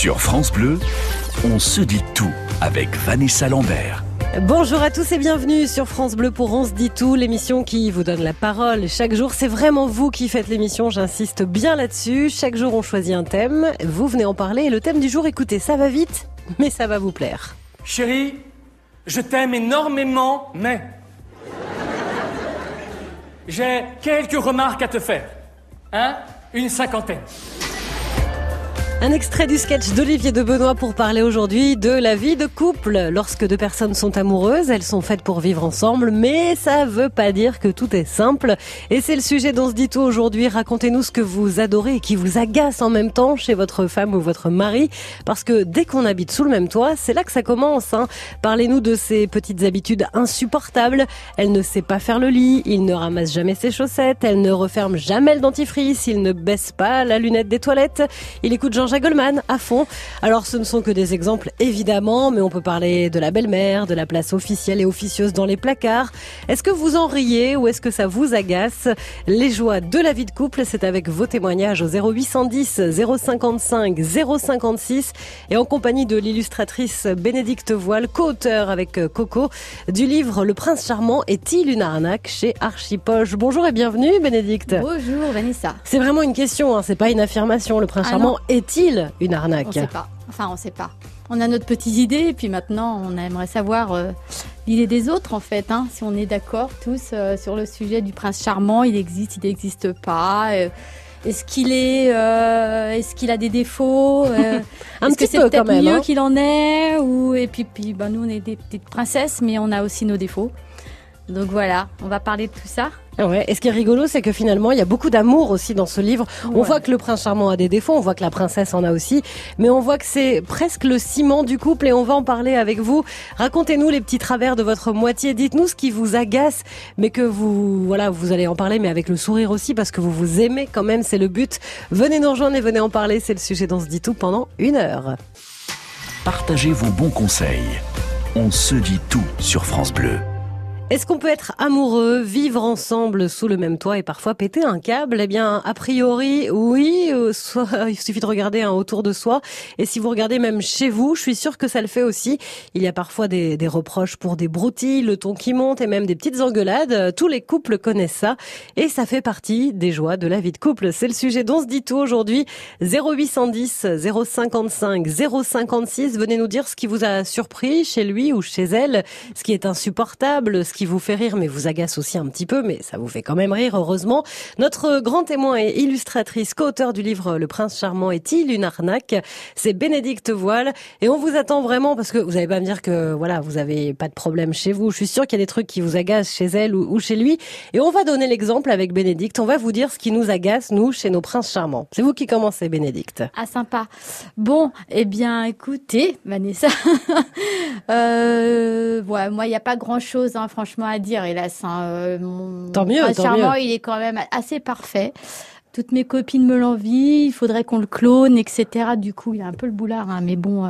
Sur France Bleu, on se dit tout avec Vanessa Lambert. Bonjour à tous et bienvenue sur France Bleu pour On se dit tout, l'émission qui vous donne la parole chaque jour. C'est vraiment vous qui faites l'émission, j'insiste bien là-dessus. Chaque jour on choisit un thème, vous venez en parler et le thème du jour, écoutez, ça va vite, mais ça va vous plaire. Chérie, je t'aime énormément, mais j'ai quelques remarques à te faire. Une cinquantaine. Un extrait du sketch d'Olivier de Benoît pour parler aujourd'hui de la vie de couple. Lorsque deux personnes sont amoureuses, elles sont faites pour vivre ensemble, mais ça veut pas dire que tout est simple. Et c'est le sujet dont se dit tout aujourd'hui. Racontez-nous ce que vous adorez et qui vous agace en même temps chez votre femme ou votre mari. Parce que dès qu'on habite sous le même toit, c'est là que ça commence. Parlez-nous de ces petites habitudes insupportables. Elle ne sait pas faire le lit, il ne ramasse jamais ses chaussettes, elle ne referme jamais le dentifrice, il ne baisse pas la lunette des toilettes, il écoute Jean-Jacques Goldman à fond. Alors ce ne sont que des exemples évidemment, mais on peut parler de la belle-mère, de la place officielle et officieuse dans les placards. Est-ce que vous en riez ou est-ce que ça vous agace? Les joies de la vie de couple, c'est avec vos témoignages au 0810 055 056 et en compagnie de l'illustratrice Bénédicte Voile, co-auteure avec Coco du livre Le Prince Charmant est-il une arnaque chez Archipoche. Bonjour et bienvenue Bénédicte. Bonjour Vanessa. C'est vraiment une question, c'est pas une affirmation. Le Prince Charmant est-il une arnaque? On sait pas. On sait pas. On a notre petite idée et puis maintenant on aimerait savoir l'idée des autres en fait. Si on est d'accord tous sur le sujet du Prince Charmant, il n'existe pas. Est-ce qu'il a des défauts? Est-ce que c'est peut-être quand même, mieux qu'il en est et puis nous on est des petites princesses mais on a aussi nos défauts. Donc voilà, on va parler de tout ça. Ouais. Et ce qui est rigolo, c'est que finalement, il y a beaucoup d'amour aussi dans ce livre. Ouais. On voit que le prince charmant a des défauts, on voit que la princesse en a aussi, mais on voit que c'est presque le ciment du couple et on va en parler avec vous. Racontez-nous les petits travers de votre moitié, dites-nous ce qui vous agace, mais que vous allez en parler, mais avec le sourire aussi, parce que vous vous aimez quand même, c'est le but. Venez nous rejoindre et venez en parler, c'est le sujet dont se dit tout pendant 1 heure. Partagez vos bons conseils. On se dit tout sur France Bleu. Est-ce qu'on peut être amoureux, vivre ensemble sous le même toit et parfois péter un câble? Eh bien, a priori, oui. Il suffit de regarder autour de soi. Et si vous regardez même chez vous, je suis sûre que ça le fait aussi. Il y a parfois des reproches pour des broutilles, le ton qui monte et même des petites engueulades. Tous les couples connaissent ça. Et ça fait partie des joies de la vie de couple. C'est le sujet dont se dit tout aujourd'hui. 0810 055 056. Venez nous dire ce qui vous a surpris chez lui ou chez elle. Ce qui est insupportable, ce qui vous fait rire mais vous agace aussi un petit peu, mais ça vous fait quand même rire, heureusement. Notre grand témoin et illustratrice, co-auteur du livre Le Prince Charmant est-il une arnaque? C'est Bénédicte Voile et on vous attend vraiment parce que vous allez pas me dire que vous avez pas de problème chez vous. Je suis sûre qu'il y a des trucs qui vous agacent chez elle ou chez lui et on va donner l'exemple avec Bénédicte. On va vous dire ce qui nous agace, nous, chez nos princes charmants. C'est vous qui commencez, Bénédicte. Ah, sympa. Bon, eh bien, écoutez, Vanessa, moi, il n'y a pas grand-chose, franchement, à dire, hélas. Mon prince charmant, il est quand même assez parfait. Toutes mes copines me l'envient, il faudrait qu'on le clone, etc. Du coup, il a un peu le boulard, mais bon...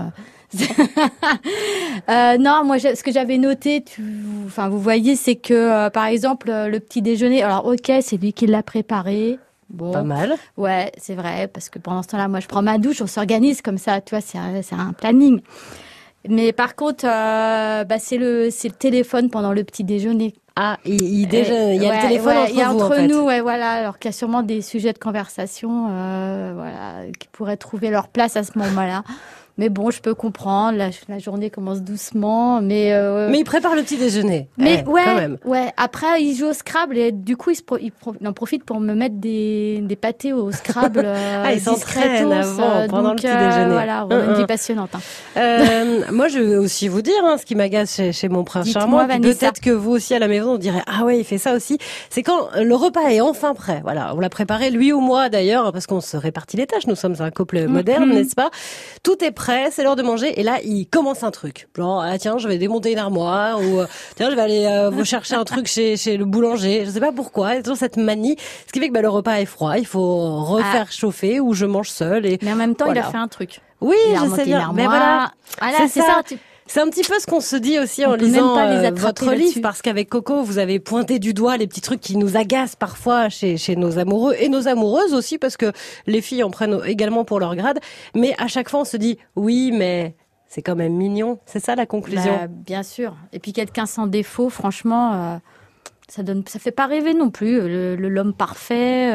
non, moi, ce que j'avais noté, vous voyez, c'est que, par exemple, le petit déjeuner, alors ok, c'est lui qui l'a préparé. Bon, pas mal. Ouais, c'est vrai, parce que pendant ce temps-là, moi, je prends ma douche, on s'organise comme ça, tu vois, c'est un planning. Mais par contre, c'est le téléphone pendant le petit déjeuner. Ah, il y a le téléphone entre vous, il y a entre en fait. nous, alors qu'il y a sûrement des sujets de conversation, qui pourraient trouver leur place à ce moment-là. Mais bon, je peux comprendre, la journée commence doucement, mais il prépare le petit déjeuner. Mais quand même. Après, il joue au Scrabble et du coup, il en profite pour me mettre des pâtés au Scrabble. Il s'entraîne avant, pendant le petit déjeuner. Voilà, on a une vie passionnante. Moi, je vais aussi vous dire ce qui m'agace chez mon prince charmant. Peut-être que vous aussi à la maison, on dirait ah ouais, il fait ça aussi. C'est quand le repas est enfin prêt. Voilà, on l'a préparé lui ou moi d'ailleurs, parce qu'on se répartit les tâches. Nous sommes un couple moderne, n'est-ce pas? Tout est prêt, c'est l'heure de manger et là il commence un truc. Genre tiens, je vais démonter une armoire ou tiens, je vais aller vous chercher un truc chez le boulanger. Je sais pas pourquoi, il y a toujours cette manie, ce qui fait que le repas est froid, il faut refaire chauffer ou je mange seul mais en même temps, il a fait un truc. Oui, je sais bien. Mais voilà, c'est ça. C'est un petit peu ce qu'on se dit aussi en lisant votre livre, parce qu'avec Coco, vous avez pointé du doigt les petits trucs qui nous agacent parfois chez nos amoureux et nos amoureuses aussi, parce que les filles en prennent également pour leur grade. Mais à chaque fois, on se dit oui, mais c'est quand même mignon. C'est ça la conclusion. Bien sûr. Et puis quelqu'un sans défaut, franchement, ça fait pas rêver non plus. L'homme parfait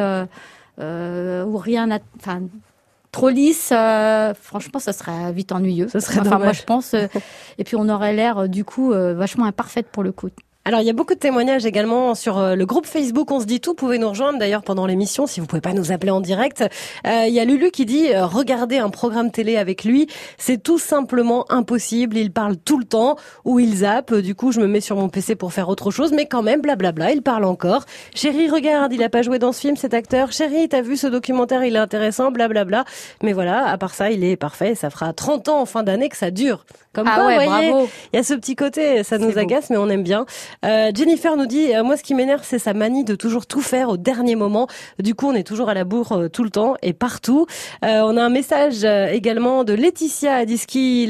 ou rien, trop lisse, franchement, ça serait vite ennuyeux. Ça serait dommage. Moi, je pense. Et puis, on aurait l'air, du coup, vachement imparfaite pour le coup. Alors, il y a beaucoup de témoignages également sur le groupe Facebook On se dit tout. Vous pouvez nous rejoindre d'ailleurs pendant l'émission si vous pouvez pas nous appeler en direct. Il y a Lulu qui dit regardez un programme télé avec lui, c'est tout simplement impossible. Il parle tout le temps ou il zappe. Du coup, je me mets sur mon PC pour faire autre chose, mais quand même, blablabla, il parle encore. Chérie, regarde, il a pas joué dans ce film, cet acteur. Chérie, t'as vu ce documentaire, il est intéressant, blablabla. Mais voilà, à part ça, il est parfait. Ça fera 30 ans en fin d'année que ça dure. Comme quoi, vous voyez, bravo. Il y a ce petit côté, ça nous agace, mais on aime bien. Jennifer nous dit, moi ce qui m'énerve c'est sa manie de toujours tout faire au dernier moment. Du coup on est toujours à la bourre tout le temps et partout. On a un message également de Laetitia, elle dit ce qui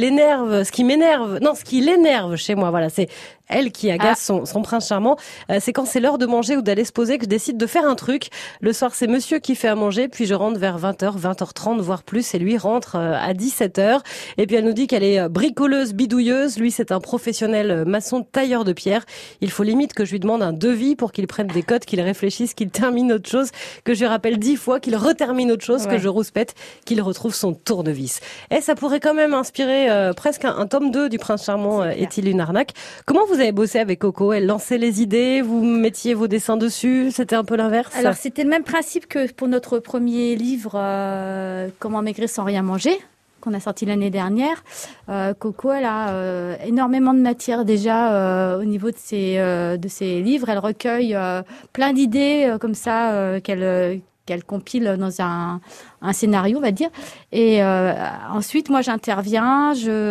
l'énerve chez moi, voilà, c'est elle qui agace son prince charmant, c'est quand c'est l'heure de manger ou d'aller se poser que je décide de faire un truc. Le soir, c'est monsieur qui fait à manger, puis je rentre vers 20h, 20h30, voire plus, et lui rentre à 17h. Et puis elle nous dit qu'elle est bricoleuse, bidouilleuse. Lui, c'est un professionnel maçon tailleur de pierre. Il faut limite que je lui demande un devis pour qu'il prenne des cotes, qu'il réfléchisse, qu'il termine autre chose, que je lui rappelle 10 fois, qu'il retermine autre chose, que je rouspète, qu'il retrouve son tournevis. Et ça pourrait quand même inspirer presque un tome 2 du Prince Charmant, est-il une arnaque? Comment vous avez bossé avec Coco? Elle lançait les idées, vous mettiez vos dessins dessus, c'était un peu l'inverse? Alors c'était le même principe que pour notre premier livre Comment maigrir sans rien manger, qu'on a sorti l'année dernière. Coco, elle a énormément de matière déjà au niveau de ses livres. Elle recueille plein d'idées comme ça qu'elle compile dans un scénario, on va dire. Et ensuite, moi, j'interviens.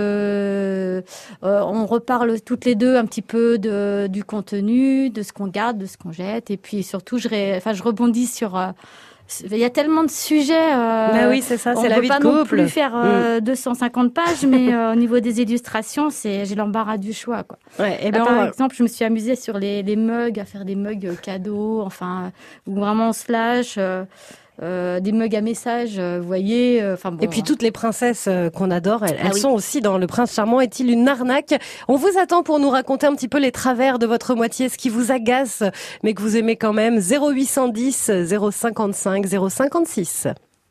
On reparle toutes les deux un petit peu du contenu, de ce qu'on garde, de ce qu'on jette. Et puis surtout, je rebondis sur... il y a tellement de sujets. Bah oui, c'est ça, c'est la vie de couple. On ne peut pas non plus faire 250 pages, mais au niveau des illustrations, j'ai l'embarras du choix, quoi. Ouais, et par exemple, je me suis amusée sur les mugs, à faire des mugs cadeaux, enfin, où vraiment on se lâche. Des mugs à messages, vous voyez. Et puis toutes les princesses qu'on adore, elles sont aussi dans Le Prince Charmant. Est-il une arnaque? On vous attend pour nous raconter un petit peu les travers de votre moitié, ce qui vous agace, mais que vous aimez quand même. 0810 055 056.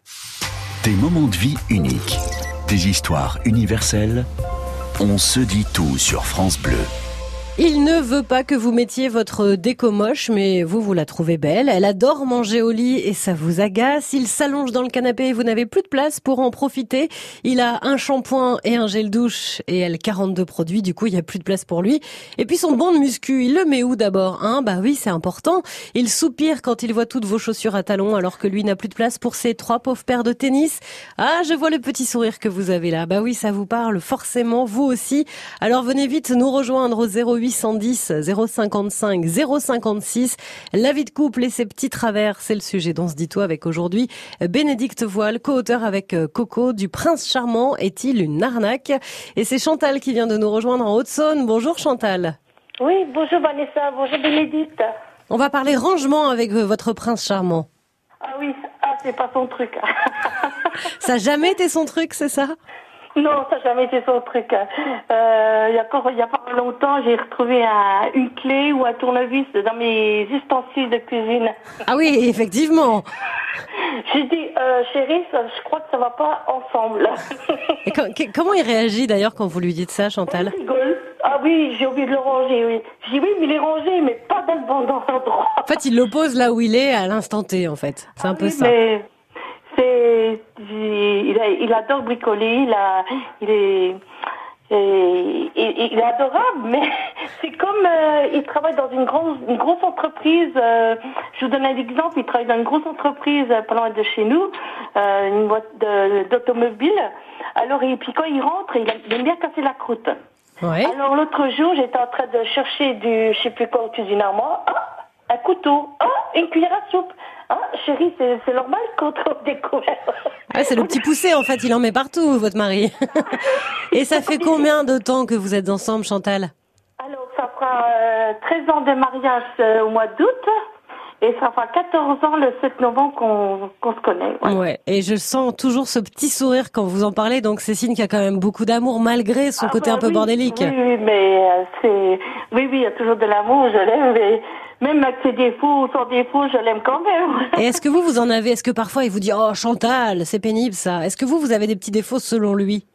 Des moments de vie uniques, des histoires universelles. On se dit tout sur France Bleu. Il ne veut pas que vous mettiez votre déco moche, mais vous la trouvez belle. Elle adore manger au lit et ça vous agace. Il s'allonge dans le canapé et vous n'avez plus de place pour en profiter. Il a un shampoing et un gel douche et elle 42 produits. Du coup, il n'y a plus de place pour lui. Et puis son banc de muscu, il le met où d'abord, hein? Bah oui, c'est important. Il soupire quand il voit toutes vos chaussures à talons alors que lui n'a plus de place pour ses 3 pauvres paires de tennis. Ah, je vois le petit sourire que vous avez là. Bah oui, ça vous parle forcément, vous aussi. Alors venez vite nous rejoindre au 0810 055 056. La vie de couple et ses petits travers, c'est le sujet dont se dit tout avec aujourd'hui Bénédicte Voile, co-auteur avec Coco du Prince Charmant. Est-il une arnaque? Et c'est Chantal qui vient de nous rejoindre en Haute-Saône. Bonjour Chantal. Oui, bonjour Vanessa, bonjour Bénédicte. On va parler rangement avec votre Prince Charmant. Ah oui, c'est pas son truc. Ça n'a jamais été son truc, c'est ça? Non, ça n'a jamais été son truc. Il y a pas longtemps, j'ai retrouvé une clé ou un tournevis dans mes ustensiles de cuisine. Ah oui, effectivement. J'ai dit, chérie, je crois que ça va pas ensemble. Et comment il réagit d'ailleurs quand vous lui dites ça, Chantal? Il rigole. Ah oui, j'ai oublié de le ranger, oui. J'ai dit oui, mais il est rangé, mais pas dans le bon endroit. En fait, il l'oppose là où il est à l'instant T, en fait. C'est un peu ça. Mais il adore bricoler, il est adorable, mais c'est comme il travaille dans une grosse entreprise. Je vous donne un exemple. Il travaille dans une grosse entreprise pas loin de chez nous, une boîte d'automobile. Alors, et puis quand il rentre, il aime bien casser la croûte. Ouais. Alors l'autre jour, j'étais en train de chercher je sais plus quoi, au cuisine à moi. Ah, un couteau. Ah, une cuillère à soupe. Ah, chérie, c'est normal qu'on trouve des couverts. Ah, c'est le petit poussé, en fait, il en met partout, votre mari. Et ça fait combien de temps que vous êtes ensemble, Chantal? Alors, ça fera 13 ans de mariage au mois d'août. Et ça fera 14 ans le 7 novembre qu'on se connaît. Ouais. Et je sens toujours ce petit sourire quand vous en parlez. Donc c'est signe qu'il y a quand même beaucoup d'amour malgré son côté un peu bordélique. Oui, mais oui, il y a toujours de l'amour, je l'aime. Mais même avec ses défauts ou sans défauts, je l'aime quand même. Et est-ce que vous en avez? Est-ce que parfois il vous dit oh Chantal, c'est pénible ça? Est-ce que vous avez des petits défauts selon lui?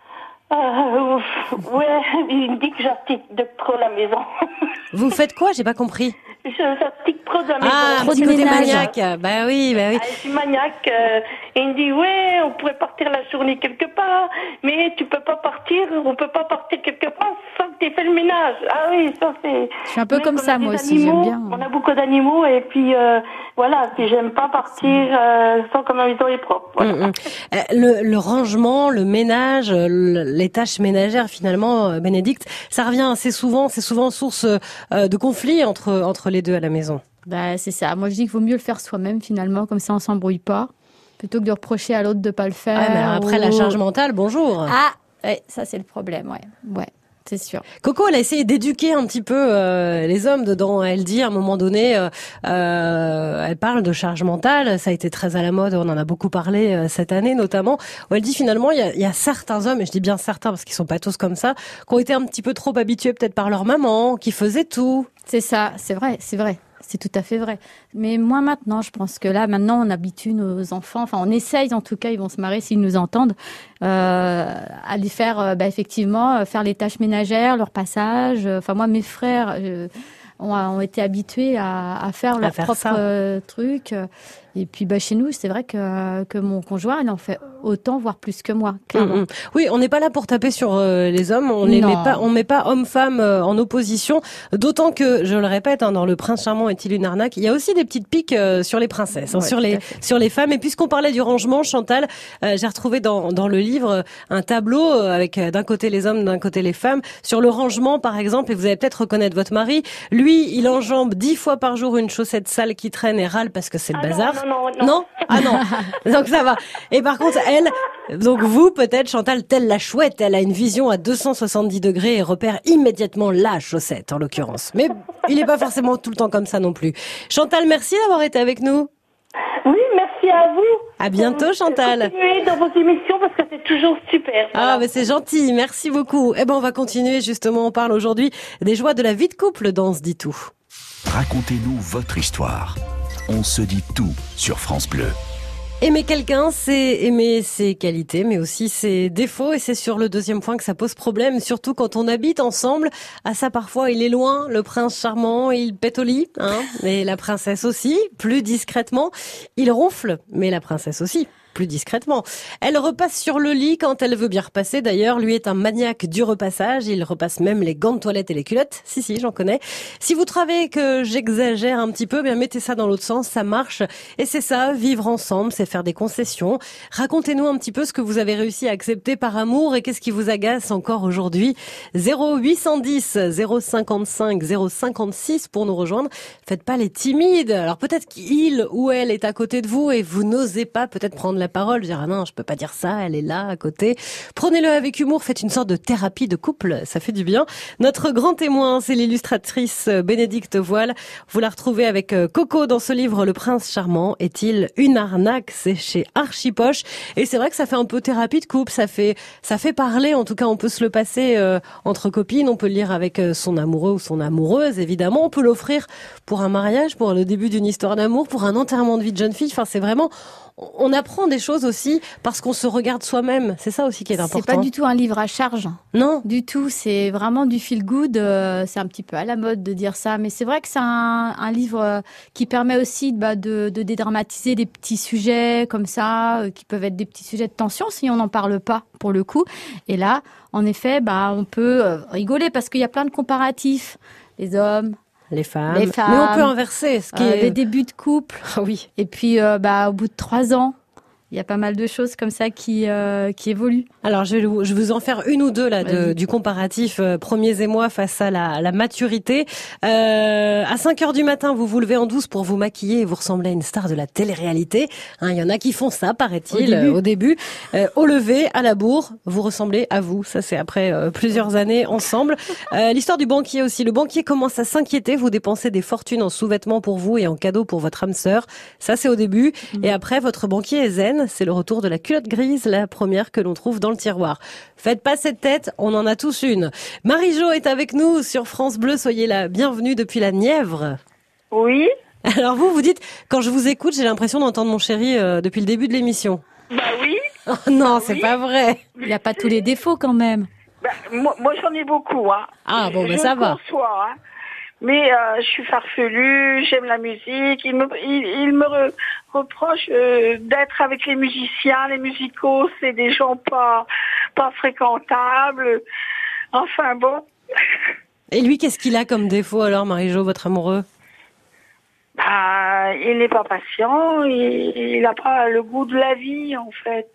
Ouais, il me dit que j'articule de trop la maison. Vous faites quoi? J'ai pas compris. J'articule trop de la maison. Ah, un petit côté maniaque. Bah oui. Je suis maniaque. Et il me dit, ouais, on pourrait partir la journée quelque part, mais tu peux pas partir, on peut pas partir quelque part sans que tu aies fait le ménage. Ah oui, ça c'est... Je suis un peu comme ça, moi aussi, j'aime bien. On a beaucoup d'animaux et puis voilà, puis j'aime pas partir sans que ma maison est propre. Voilà. Le rangement, le ménage, les tâches ménagères finalement, Bénédicte, ça revient assez souvent, c'est souvent source de conflits entre les deux à la maison. Bah, c'est ça. Moi, je dis qu'il vaut mieux le faire soi-même, finalement, comme ça, on s'embrouille pas, plutôt que de reprocher à l'autre de pas le faire. Ah, mais après, la charge mentale, bonjour. Ah, ouais, ça, c'est le problème, ouais, c'est sûr. Coco, elle a essayé d'éduquer un petit peu les hommes dedans. Elle dit, à un moment donné, elle parle de charge mentale. Ça a été très à la mode. On en a beaucoup parlé cette année, notamment. Où elle dit, finalement, il y a certains hommes, et je dis bien certains parce qu'ils sont pas tous comme ça, qui ont été un petit peu trop habitués peut-être par leur maman, qui faisaient tout. C'est ça, c'est vrai. C'est tout à fait vrai. Mais moi, maintenant, je pense que là, maintenant, on habitue nos enfants, enfin, on essaye, en tout cas, ils vont se marrer s'ils nous entendent, à les faire, effectivement, faire les tâches ménagères, leur passage. Enfin, moi, mes frères ont été habitués à faire leur propre truc. Et puis, chez nous, c'est vrai que mon conjoint, il en fait autant, voire plus que moi, clairement. Oui, on n'est pas là pour taper sur les hommes. On met pas homme-femme en opposition. D'autant que, je le répète, dans Le Prince Charmant est-il une arnaque, il y a aussi des petites piques sur les princesses, sur les femmes. Et puisqu'on parlait du rangement, Chantal, j'ai retrouvé dans le livre un tableau avec d'un côté les hommes, d'un côté les femmes. Sur le rangement, par exemple, et vous allez peut-être reconnaître votre mari, lui, il enjambe 10 fois par jour une chaussette sale qui traîne et râle parce que c'est le bazar. Non. Ah non. Donc ça va. Et par contre, donc vous, peut-être, Chantal, telle la chouette, elle a une vision à 270 degrés et repère immédiatement la chaussette, en l'occurrence. Mais il n'est pas forcément tout le temps comme ça non plus. Chantal, merci d'avoir été avec nous. Oui, merci à vous. À bientôt, Chantal. Continuez dans vos émissions parce que c'est toujours super. Voilà. Ah, mais c'est gentil. Merci beaucoup. On va continuer. Justement, on parle aujourd'hui des joies de la vie de couple dans Se dit tout. Racontez-nous votre histoire. On se dit tout sur France Bleu. Aimer quelqu'un, c'est aimer ses qualités, mais aussi ses défauts. Et c'est sur le deuxième point que ça pose problème, surtout quand on habite ensemble. À ça, parfois, il est loin, le prince charmant, il pète au lit, mais la princesse aussi, plus discrètement. Il ronfle, mais la princesse aussi. Plus discrètement. Elle repasse sur le lit quand elle veut bien repasser. D'ailleurs, lui est un maniaque du repassage. Il repasse même les gants de toilette et les culottes. Si, j'en connais. Si vous trouvez que j'exagère un petit peu, bien mettez ça dans l'autre sens, ça marche. Et c'est ça, vivre ensemble, c'est faire des concessions. Racontez-nous un petit peu ce que vous avez réussi à accepter par amour et qu'est-ce qui vous agace encore aujourd'hui. 0810 055 056 pour nous rejoindre. Faites pas les timides. Alors peut-être qu'il ou elle est à côté de vous et vous n'osez pas peut-être prendre la parole, dire ah non, je peux pas dire ça, elle est là à côté. Prenez-le avec humour, faites une sorte de thérapie de couple, ça fait du bien. Notre grand témoin, c'est l'illustratrice Bénédicte Voile. Vous la retrouvez avec Coco dans ce livre Le Prince Charmant est-il une arnaque? C'est chez Archipoche et c'est vrai que ça fait un peu thérapie de couple, ça fait parler, en tout cas on peut se le passer entre copines, on peut le lire avec son amoureux ou son amoureuse évidemment, on peut l'offrir pour un mariage, pour le début d'une histoire d'amour, pour un enterrement de vie de jeune fille, enfin c'est vraiment... On apprend des choses aussi parce qu'on se regarde soi-même. C'est ça aussi qui est important. C'est pas du tout un livre à charge. Non. Du tout. C'est vraiment du feel good. C'est un petit peu à la mode de dire ça. Mais c'est vrai que c'est un livre qui permet aussi de dédramatiser des petits sujets comme ça, qui peuvent être des petits sujets de tension si on n'en parle pas, pour le coup. Et là, en effet, on peut rigoler parce qu'il y a plein de comparatifs. Les hommes, les femmes. Mais on peut inverser. Les débuts de couple. Oui. Et puis, au bout de 3 ans, Il y a pas mal de choses comme ça qui évoluent. Alors, je vais vous en faire une ou deux là du comparatif premiers émois face à la maturité. À 5 heures du matin, vous vous levez en douce pour vous maquiller et vous ressemblez à une star de la télé-réalité. Il y en a qui font ça, paraît-il, au début. Au lever, à la bourre, vous ressemblez à vous. Ça, c'est après plusieurs années ensemble. L'histoire du banquier aussi. Le banquier commence à s'inquiéter. Vous dépensez des fortunes en sous-vêtements pour vous et en cadeaux pour votre âme sœur. Ça, c'est au début. Et après, votre banquier est zen. C'est le retour de la culotte grise, la première que l'on trouve dans le tiroir. Faites pas cette tête, on en a tous une. Marie-Jo est avec nous sur France Bleu. Soyez la bienvenue depuis la Nièvre. Oui. Alors vous dites, quand je vous écoute, j'ai l'impression d'entendre mon chéri depuis le début de l'émission. Bah oui. Oh non, c'est pas vrai. Il n'y a pas tous les défauts quand même. Bah, moi j'en ai beaucoup. Hein. Ah bon, ben ça va. Conçois, hein. Mais je suis farfelue, j'aime la musique. Il me reproche d'être avec les musiciens. Les musicos, c'est des gens pas fréquentables. Enfin bon. Et lui, qu'est-ce qu'il a comme défaut alors, Marie-Jo, votre amoureux? Bah, il n'est pas patient. Il n'a pas le goût de la vie, en fait.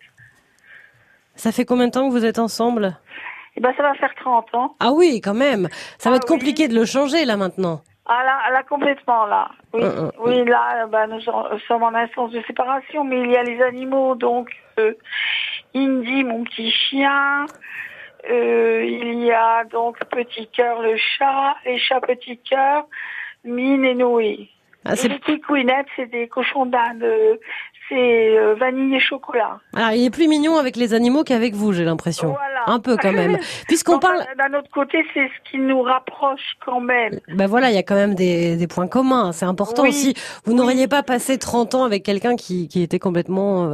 Ça fait combien de temps que vous êtes ensemble? Eh ben, ça va faire 30 ans. Ah oui, quand même. Ça va être compliqué de le changer, là, maintenant. Ah là, complètement, là. Oui, oui, là, nous sommes en instance de séparation, mais il y a les animaux, donc, Indy, mon petit chien, il y a donc Petit Cœur, le chat, les chats Petit Cœur, Mine et Noé. Ah, et les petits couinettes, c'est des cochons d'Inde, c'est vanille et chocolat. Alors, il est plus mignon avec les animaux qu'avec vous, j'ai l'impression. Voilà. Un peu quand même. Puisqu'on parle... D'un autre côté, c'est ce qui nous rapproche quand même. Ben voilà, il y a quand même des points communs. C'est important aussi. Vous n'auriez pas passé 30 ans avec quelqu'un qui était complètement...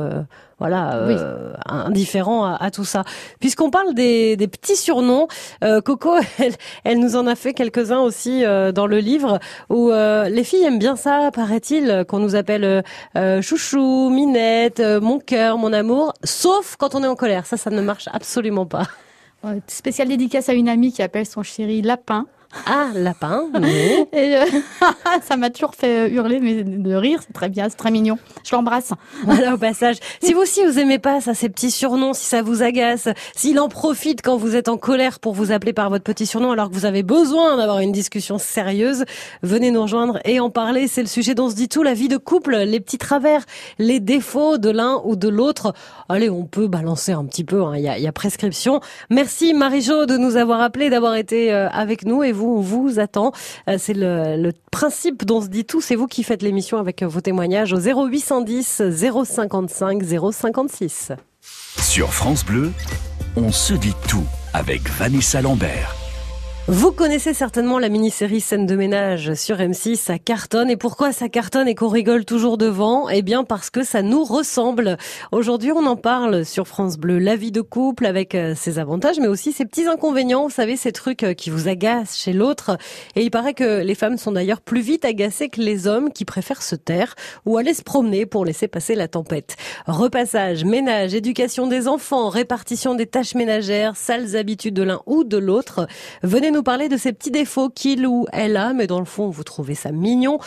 indifférent à tout ça. Puisqu'on parle des petits surnoms, Coco, elle nous en a fait quelques-uns aussi dans le livre, où les filles aiment bien ça, paraît-il, qu'on nous appelle chouchou, minette, mon cœur, mon amour, sauf quand on est en colère. Ça ne marche absolument pas. Spéciale dédicace à une amie qui appelle son chéri Lapin. Ah, lapin, oui. Et ça m'a toujours fait hurler, mais de rire, c'est très bien, c'est très mignon. Je l'embrasse. Voilà, au passage. Si vous aimez pas ça, ces petits surnoms, si ça vous agace, s'il en profite quand vous êtes en colère pour vous appeler par votre petit surnom alors que vous avez besoin d'avoir une discussion sérieuse, venez nous rejoindre et en parler. C'est le sujet dont se dit tout, la vie de couple, les petits travers, les défauts de l'un ou de l'autre. Allez, on peut balancer un petit peu, il y a prescription. Merci Marie-Jo de nous avoir appelé, d'avoir été avec nous, et vous, on vous attend. C'est le principe dont se dit tout. C'est vous qui faites l'émission avec vos témoignages au 0810 055 056. Sur France Bleu, on se dit tout avec Vanessa Lambert. Vous connaissez certainement la mini-série Scène de ménage sur M6, ça cartonne. Et pourquoi ça cartonne et qu'on rigole toujours devant? Eh bien parce que ça nous ressemble. Aujourd'hui, on en parle sur France Bleu, la vie de couple avec ses avantages, mais aussi ses petits inconvénients. Vous savez, ces trucs qui vous agacent chez l'autre. Et il paraît que les femmes sont d'ailleurs plus vite agacées que les hommes qui préfèrent se taire ou aller se promener pour laisser passer la tempête. Repassage, ménage, éducation des enfants, répartition des tâches ménagères, sales habitudes de l'un ou de l'autre. Venez nous parler de ces petits défauts qu'il ou elle a, mais dans le fond, vous trouvez ça mignon.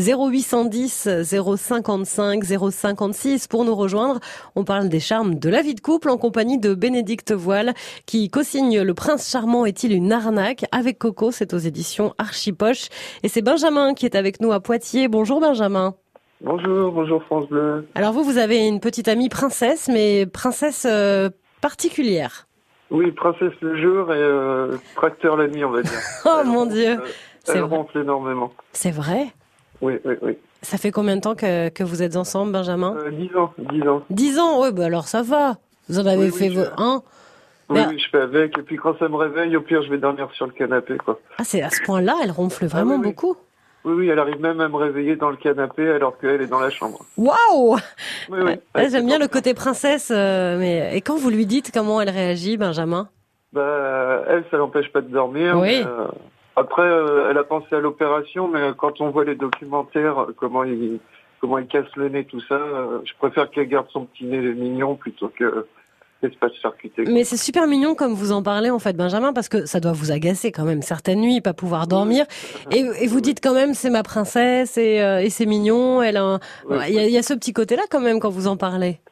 0810 055 056 pour nous rejoindre. On parle des charmes de la vie de couple en compagnie de Bénédicte Voile qui co-signe Le Prince Charmant est-il une arnaque avec Coco, c'est aux éditions Archipoche. Et c'est Benjamin qui est avec nous à Poitiers. Bonjour Benjamin. Bonjour France Bleu. Alors vous avez une petite amie princesse, mais princesse particulière. Oui, princesse le jour et tracteur la nuit, on va dire. Oh mon Dieu. Elle ronfle énormément. C'est vrai? Oui. Ça fait combien de temps que vous êtes ensemble, Benjamin? 10 ans. 10 ans, oui, bah alors ça va. Vous en avez fait un. Oui, je fais avec. Et puis quand ça me réveille, au pire, je vais dormir sur le canapé, quoi. Ah, c'est à ce point-là, elle ronfle vraiment beaucoup? Oui, elle arrive même à me réveiller dans le canapé alors qu'elle est dans la chambre. Waouh! Oui. J'aime bien le côté princesse, mais et quand vous lui dites comment elle réagit, Benjamin? Elle, ça l'empêche pas de dormir. Oui. Mais, après, elle a pensé à l'opération, mais quand on voit les documentaires, comment il casse le nez, tout ça, je préfère qu'elle garde son petit nez mignon plutôt que pas se faire quitter. Mais c'est super mignon comme vous en parlez en fait, Benjamin, parce que ça doit vous agacer quand même certaines nuits, pas pouvoir dormir. Et vous dites quand même c'est ma princesse et c'est mignon. Il y a ce petit côté-là quand même quand vous en parlez.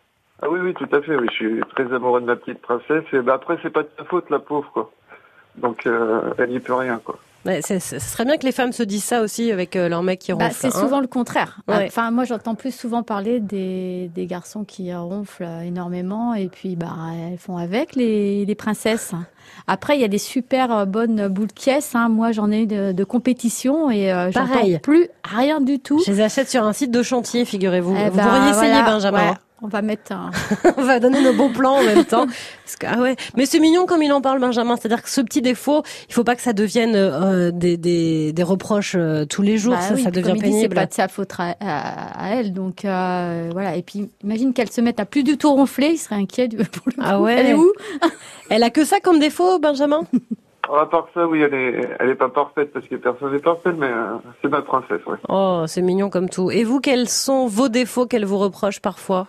Ah oui, tout à fait. Oui, je suis très amoureux de ma petite princesse. Et après, c'est pas de sa faute, la pauvre, quoi. Donc, elle n'y peut rien, quoi. Ouais, ce serait bien que les femmes se disent ça aussi avec leur mec qui ronfle. C'est souvent le contraire. Ouais. Enfin, moi, j'entends plus souvent parler des garçons qui ronflent énormément et puis elles font avec les princesses. Après, il y a des super bonnes boules de caisse. Moi, j'en ai eu de compétition et j'entends plus rien du tout. Je les achète sur un site de chantier, figurez-vous. Vous pourriez essayer, Benjamin. Ouais. On va mettre on va donner nos bons plans en même temps. Parce que, mais c'est mignon comme il en parle, Benjamin. C'est-à-dire que ce petit défaut, il faut pas que ça devienne des reproches tous les jours. Ça devient pénible. C'est pas de sa faute à elle. Donc voilà. Et puis imagine qu'elle se mette à plus du tout ronfler, il serait inquiet pour le coup. Ah ouais. Elle est où? Elle a que ça comme défaut, Benjamin? À part ça, oui, elle est pas parfaite parce que personne n'est parfait, mais c'est ma princesse, ouais. Oh, c'est mignon comme tout. Et vous, quels sont vos défauts qu'elle vous reproche parfois?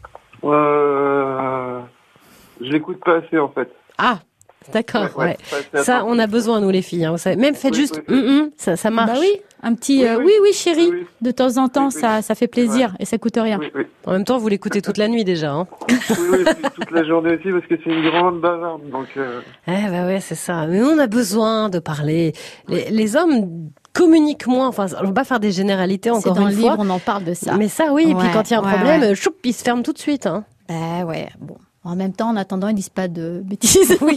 Je l'écoute pas assez, en fait. Ah, d'accord, ouais. Ça, on a besoin, nous, les filles. Vous savez. Même faites juste ça marche. Bah oui, un petit oui, chérie. Oui. De temps en temps, ça fait plaisir et ça coûte rien. Oui. En même temps, vous l'écoutez toute la nuit déjà. Hein. Oui, toute la journée aussi, parce que c'est une grande bavarde. Donc, ouais, c'est ça. Mais on a besoin de parler. Les hommes communiquent moins. Enfin, on va pas faire des généralités encore une fois. Dans le livre, on en parle de ça. Mais ça, oui. Et puis quand il y a un problème, choup, il se ferme tout de suite. Hein. Ouais, bon. En même temps, en attendant, ils disent pas de bêtises. Oui.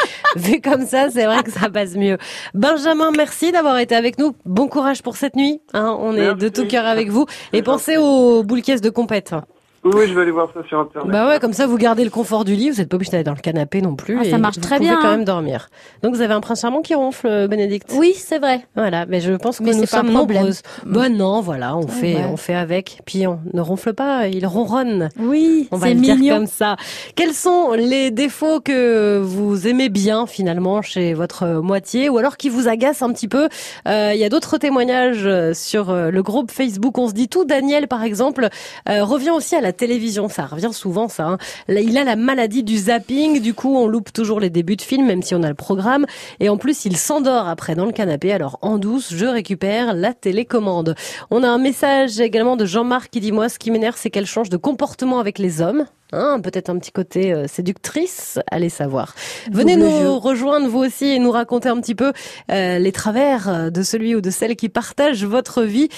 Vu comme ça, c'est vrai que ça passe mieux. Benjamin, merci d'avoir été avec nous. Bon courage pour cette nuit. On est de tout cœur avec vous. Et pensez aux boules caisses de compète. Oui, je vais aller voir ça sur Internet. Bah ouais, comme ça, vous gardez le confort du lit. Vous n'êtes pas obligé d'aller dans le canapé non plus. Ça marche très bien. Vous pouvez quand même dormir. Donc, vous avez un prince charmant qui ronfle, Bénédicte? Oui, c'est vrai. Voilà, mais je pense que nous sommes nombreuses. Non, voilà, on fait avec. Puis on ne ronfle pas, il ronronne. Oui, on va le dire comme ça. Quels sont les défauts que vous aimez bien finalement chez votre moitié, ou alors qui vous agacent un petit peu? Il y a d'autres témoignages sur le groupe Facebook. On se dit tout. Daniel, par exemple, revient aussi à la télévision, ça revient souvent ça. Hein. Il a la maladie du zapping, du coup on loupe toujours les débuts de films, même si on a le programme. Et en plus il s'endort après dans le canapé, alors en douce, je récupère la télécommande. On a un message également de Jean-Marc qui dit, moi ce qui m'énerve c'est qu'elle change de comportement avec les hommes. Peut-être un petit côté séductrice, allez savoir. Venez nous rejoindre vous aussi et nous raconter un petit peu les travers de celui ou de celle qui partage votre vie.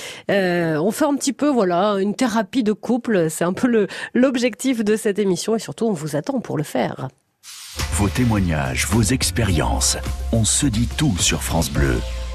On fait un petit peu une thérapie de couple, c'est un peu l'objectif de cette émission et surtout on vous attend pour le faire. Vos témoignages, vos expériences, on se dit tout sur France Bleu.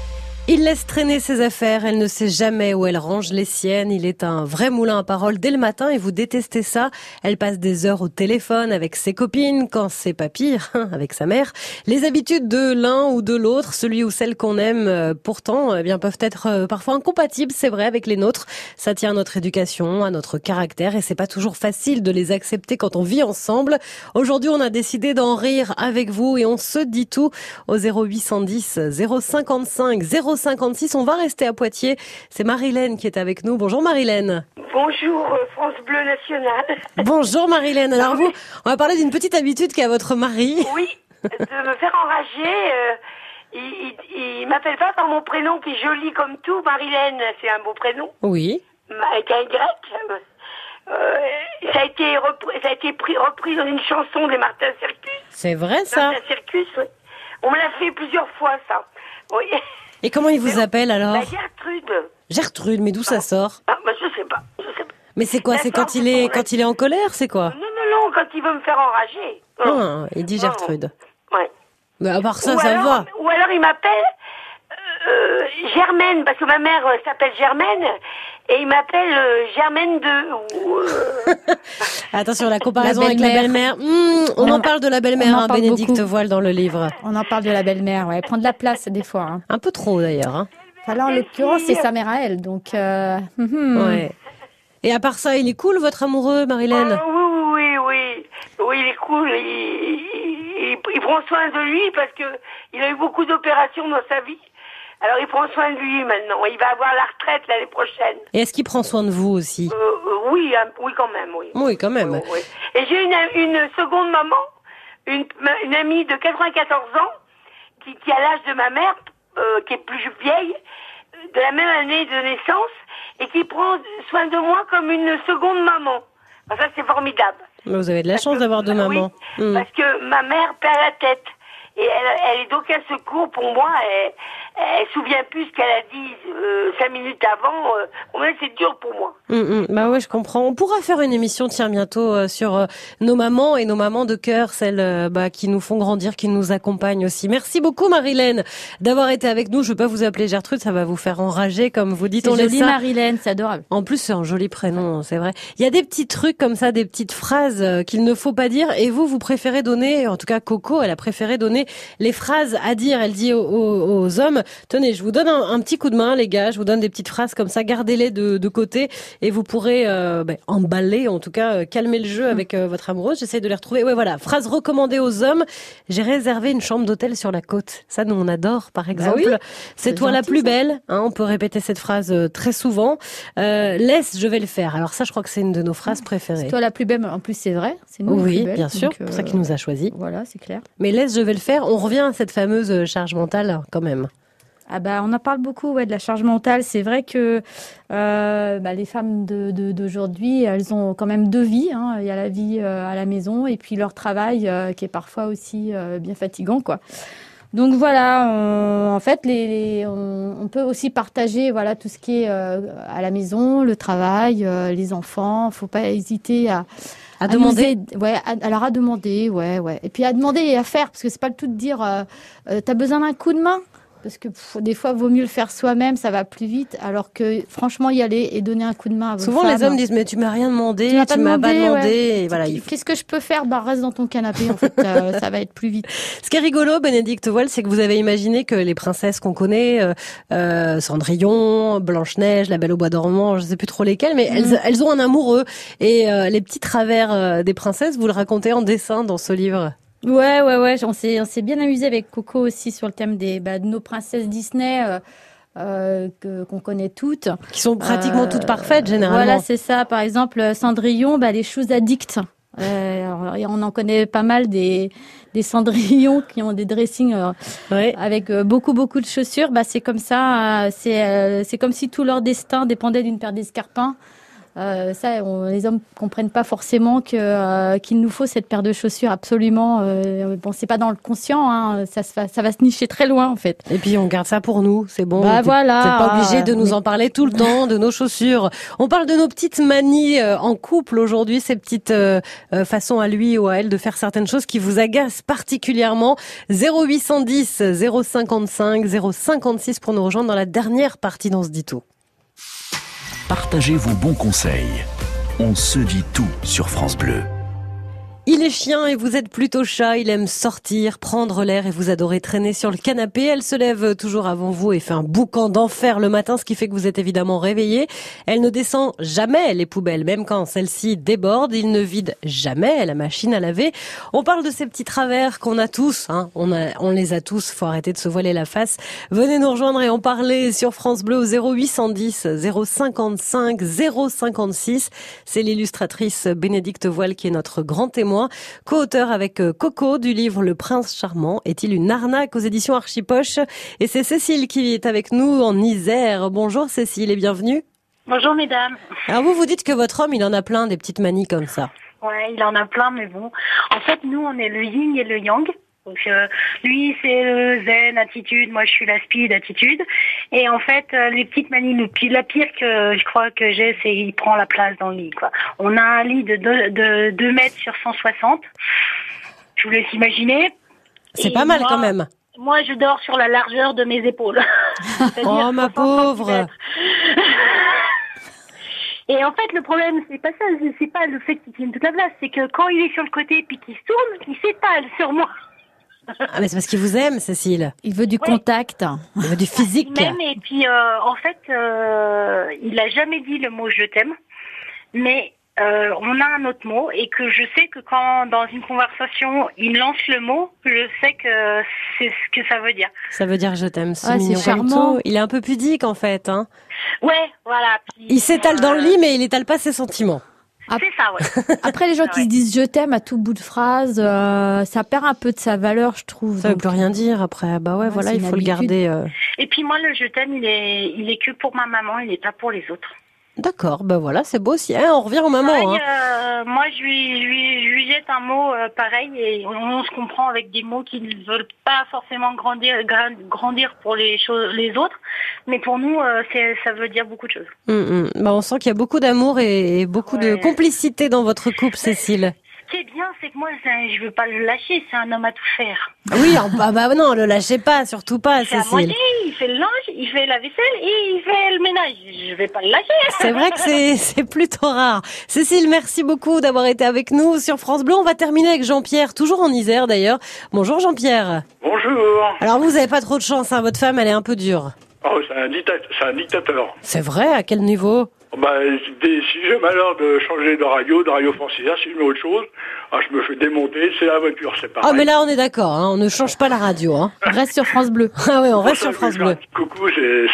Il laisse traîner ses affaires, elle ne sait jamais où elle range les siennes. Il est un vrai moulin à paroles dès le matin et vous détestez ça. Elle passe des heures au téléphone avec ses copines, quand c'est pas pire, avec sa mère. Les habitudes de l'un ou de l'autre, celui ou celle qu'on aime, pourtant, peuvent être parfois incompatibles, c'est vrai, avec les nôtres. Ça tient à notre éducation, à notre caractère et c'est pas toujours facile de les accepter quand on vit ensemble. Aujourd'hui, on a décidé d'en rire avec vous et on se dit tout au 0810 055 056. On va rester à Poitiers. C'est Marilène qui est avec nous. Bonjour Marilène. Bonjour France Bleu National. Bonjour Marilène. Alors vous, on va parler d'une petite habitude qu'a votre mari. Oui, de me faire enrager. Il m'appelle pas par mon prénom qui est joli comme tout. Marilène, c'est un beau prénom. Oui. Avec un Y. Ça a été repris dans une chanson des Martin Circus. C'est vrai ça. Martin Circus, oui. On me l'a fait plusieurs fois ça. Oui. Et comment il vous appelle alors? Gertrude. Gertrude, mais d'où ça sort? Je sais pas. Mais c'est quoi? C'est quand il est en colère, c'est quoi? Non, quand il veut me faire enrager. Il dit Gertrude. Ouais. Mais à part ça, ça va. Ou alors il m'appelle Germaine, parce que ma mère s'appelle Germaine, et il m'appelle Germaine de... Attention, la comparaison avec la belle-mère. On en parle de la belle-mère, Bénédicte Voile dans le livre. On en parle de la belle-mère, ouais. Elle prend de la place des fois. Hein. Un peu trop d'ailleurs. Hein. Alors, en l'occurrence, c'est sa mère à elle, donc... Ouais. Et à part ça, il est cool, votre amoureux, Marilène? Oui, il est cool. Il prend soin de lui parce que il a eu beaucoup d'opérations dans sa vie. Alors il prend soin de lui maintenant. Il va avoir la retraite l'année prochaine. Et est-ce qu'il prend soin de vous aussi? Oui, quand même, oui. Oui, quand même. Oui. Et j'ai une seconde maman, une amie de 94 ans qui a l'âge de ma mère, qui est plus vieille, de la même année de naissance, et qui prend soin de moi comme une seconde maman. Ça, c'est formidable. Mais vous avez de la chance d'avoir deux mamans. Oui, parce que ma mère perd la tête. Et elle est d'aucun secours pour moi. Elle se souvient plus ce qu'elle a dit 5 minutes avant. C'est dur pour moi. Bah ouais, je comprends. On pourra faire une émission, tiens, bientôt sur nos mamans et nos mamans de cœur, celles qui nous font grandir, qui nous accompagnent aussi. Merci beaucoup, Marilène, d'avoir été avec nous. Je veux pas vous appeler Gertrude, ça va vous faire enrager, comme vous dites. C'est joli, Marilène, c'est adorable. En plus, c'est un joli prénom, c'est vrai. Il y a des petits trucs comme ça, des petites phrases qu'il ne faut pas dire. Et vous préférez donner, en tout cas Coco, elle a préféré donner les phrases à dire. Elle dit aux hommes, tenez, je vous donne un petit coup de main, les gars, je vous donne des petites phrases comme ça, gardez-les de côté et vous pourrez emballer, en tout cas calmer le jeu avec votre amoureuse. J'essaie de les retrouver. Ouais, voilà, phrase recommandée aux hommes. J'ai réservé une chambre d'hôtel sur la côte. Ça, nous, on adore, par exemple. Bah oui, c'est toi gentil, la plus ça. belle. Hein, on peut répéter cette phrase très souvent. Laisse, je vais le faire. Alors ça, je crois que c'est une de nos phrases préférées. C'est toi la plus belle. En plus, c'est vrai. C'est nous la Oui, plus belle, bien sûr. donc, C'est pour ça qu'il nous a choisis. Voilà, c'est clair. Mais laisse, je vais le faire. On revient à cette fameuse charge mentale, quand même. Ah bah, on en parle beaucoup de la charge mentale. C'est vrai que les femmes d'aujourd'hui, elles ont quand même deux vies. Hein. Il y a la vie à la maison et puis leur travail qui est parfois aussi bien fatigant, quoi. Donc voilà, on peut aussi partager tout ce qui est à la maison, le travail, les enfants. Faut pas hésiter à demander. À demander, ouais. Et puis à demander et à faire, parce que c'est pas le tout de dire t'as besoin d'un coup de main. Parce que des fois, vaut mieux le faire soi-même, ça va plus vite. Alors que, franchement, y aller et donner un coup de main à vos Souvent, femmes. les hommes disent, mais tu m'as rien demandé, tu m'as pas demandé. Ouais. Et voilà, Qu'est-ce que je peux faire? Reste dans ton canapé, en fait, ça va être plus vite. Ce qui est rigolo, Bénédicte Voile, c'est que vous avez imaginé que les princesses qu'on connaît, Cendrillon, Blanche-Neige, La Belle au Bois dormant, je sais plus trop lesquelles, mais elles ont un amoureux. Et les petits travers des princesses, vous le racontez en dessin dans ce livre. Ouais. On s'est bien amusé avec Coco aussi sur le thème de nos princesses Disney qu'on connaît toutes. Qui sont pratiquement toutes parfaites, généralement. Voilà, c'est ça. Par exemple, Cendrillon, les shoes addicts. On en connaît pas mal des Cendrillons qui ont des dressings avec beaucoup de chaussures. C'est comme ça. C'est comme si tout leur destin dépendait d'une paire d'escarpins. Les hommes comprennent pas forcément qu'il nous faut cette paire de chaussures absolument. C'est pas dans le conscient, hein, ça va se nicher très loin en fait. Et puis on garde ça pour nous, c'est bon. Voilà. Vous n'êtes pas obligé de nous en parler tout le temps de nos chaussures. On parle de nos petites manies en couple aujourd'hui, ces petites façons à lui ou à elle de faire certaines choses qui vous agacent particulièrement. 0810 055 056 pour nous rejoindre dans la dernière partie d'On se dit tout. Partagez vos bons conseils. On se dit tout sur France Bleu. Il est chien et vous êtes plutôt chat, il aime sortir, prendre l'air et vous adorez traîner sur le canapé. Elle se lève toujours avant vous et fait un boucan d'enfer le matin, ce qui fait que vous êtes évidemment réveillé. Elle ne descend jamais les poubelles, même quand celles-ci débordent. Il ne vide jamais la machine à laver. On parle de ces petits travers qu'on a tous, hein. On les a tous, faut arrêter de se voiler la face. Venez nous rejoindre et en parler sur France Bleu au 0810 055 056. C'est l'illustratrice Bénédicte Voile qui est notre grand témoin. Co-auteur avec Coco du livre Le Prince Charmant. Est-il une arnaque aux éditions Archipoche? Et c'est Cécile qui est avec nous en Isère. Bonjour Cécile et bienvenue. Bonjour mesdames. Alors vous dites que votre homme, il en a plein des petites manies comme ça. Ouais, il en a plein, mais bon. En fait, nous, on est le yin et le yang. Donc lui, c'est le zen, attitude. Moi, je suis la speed, attitude. Et en fait, les petites manies, la pire que je crois que j'ai, c'est il prend la place dans le lit, quoi. On a un lit de 2 mètres sur 160. Je vous laisse imaginer. C'est pas mal quand même. Moi, je dors sur la largeur de mes épaules. Oh, ma pauvre. Et en fait, le problème, c'est pas ça, c'est pas le fait qu'il tienne toute la place, c'est que quand il est sur le côté puis qu'il se tourne, il s'étale sur moi. Ah, mais c'est parce qu'il vous aime, Cécile. Il veut du contact. Il veut du physique. Il m'aime et puis, en fait, il a jamais dit le mot je t'aime, mais on a un autre mot et que je sais que quand dans une conversation il lance le mot, je sais que c'est ce que ça veut dire. Ça veut dire je t'aime, c'est mignon. C'est charmant. Il est un peu pudique en fait, hein. Ouais, voilà. Puis, il s'étale dans le lit, mais il étale pas ses sentiments. C'est ça, ouais. Après, les gens qui se disent je t'aime à tout bout de phrase, ça perd un peu de sa valeur, je trouve. Ça veut plus rien dire après. Bah ouais, voilà, il faut le garder. Et puis moi, le je t'aime, il est que pour ma maman, il est pas pour les autres. D'accord, ben voilà, c'est beau aussi. On revient aux mamans. Pareil, moi, je lui jette un mot pareil et on se comprend avec des mots qui ne veulent pas forcément grandir pour les autres, mais pour nous, ça veut dire beaucoup de choses. On sent qu'il y a beaucoup d'amour et beaucoup de complicité dans votre couple, Cécile. Ce qui est bien, c'est que moi, je veux pas le lâcher, c'est un homme à tout faire. Oui, non, le lâchez pas, surtout pas, Cécile. Cécile. À moitié, il fait le linge, il fait la vaisselle et il fait le ménage. Je vais pas le lâcher. C'est vrai que c'est plutôt rare. Cécile, merci beaucoup d'avoir été avec nous sur France Bleu. On va terminer avec Jean-Pierre, toujours en Isère d'ailleurs. Bonjour Jean-Pierre. Bonjour. Alors vous avez pas trop de chance, hein, votre femme, elle est un peu dure. Oh, c'est un dictateur. C'est vrai, à quel niveau ? Si j'ai malheur de changer de radio francilienne, si je mets autre chose, je me fais démonter, c'est la voiture, c'est pareil. Ah mais là on est d'accord, hein, on ne change pas la radio. Hein. On reste sur France Bleu. Ah oui, on reste sur France Bleu. Coucou,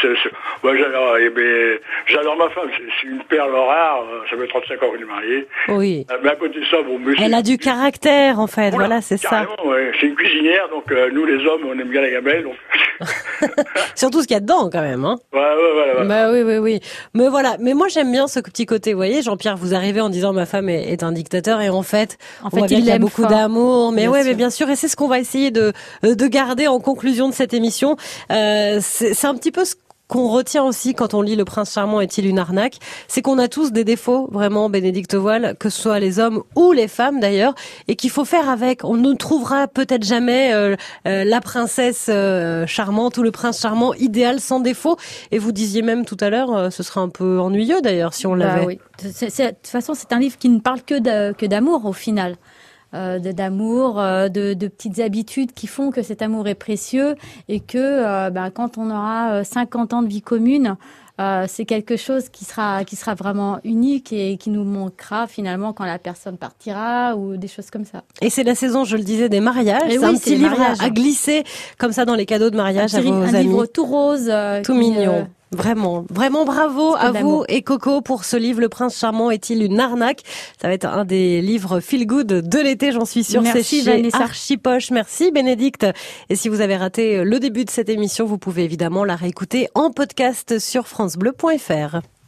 j'adore ma femme, c'est une perle rare, ça fait 35 ans qu'on est mariés. Oui. Mais à côté de ça, elle a du caractère en fait, voilà, c'est ça. Ouais. C'est une cuisinière, donc nous les hommes, on aime bien la gamelle. Donc... Surtout ce qu'il y a dedans quand même. Hein. Ouais. Bah oui. Mais voilà, mais moi j'aime bien ce petit côté, vous voyez, Jean-Pierre, vous arrivez en disant ma femme est un dictateur et en fait on voit bien qu'il y a beaucoup d'amour, mais mais bien sûr, et c'est ce qu'on va essayer de garder en conclusion de cette émission. C'est un petit peu ce qu'on retient aussi quand on lit Le Prince Charmant est-il une arnaque, c'est qu'on a tous des défauts, vraiment, Bénédicte Voile, que ce soit les hommes ou les femmes d'ailleurs, et qu'il faut faire avec. On ne trouvera peut-être jamais la princesse charmante ou le prince charmant idéal sans défaut. Et vous disiez même tout à l'heure, ce serait un peu ennuyeux d'ailleurs si on l'avait. Oui. De toute façon, c'est un livre qui ne parle que d'amour au final. D'amour, de petites habitudes qui font que cet amour est précieux et que quand on aura 50 ans de vie commune, c'est quelque chose qui sera vraiment unique et qui nous manquera finalement quand la personne partira ou des choses comme ça. Et c'est la saison, je le disais, des mariages. C'est un petit livre à glisser comme ça dans les cadeaux de mariage à vos amis. Un livre tout rose. Tout mignon. Vraiment bravo à vous et Coco pour ce livre. Le Prince Charmant est-il une arnaque? Ça va être un des livres feel good de l'été, j'en suis sûre. Merci, c'est chez Vanessa. Archipoche. Merci Bénédicte. Et si vous avez raté le début de cette émission, vous pouvez évidemment la réécouter en podcast sur francebleu.fr.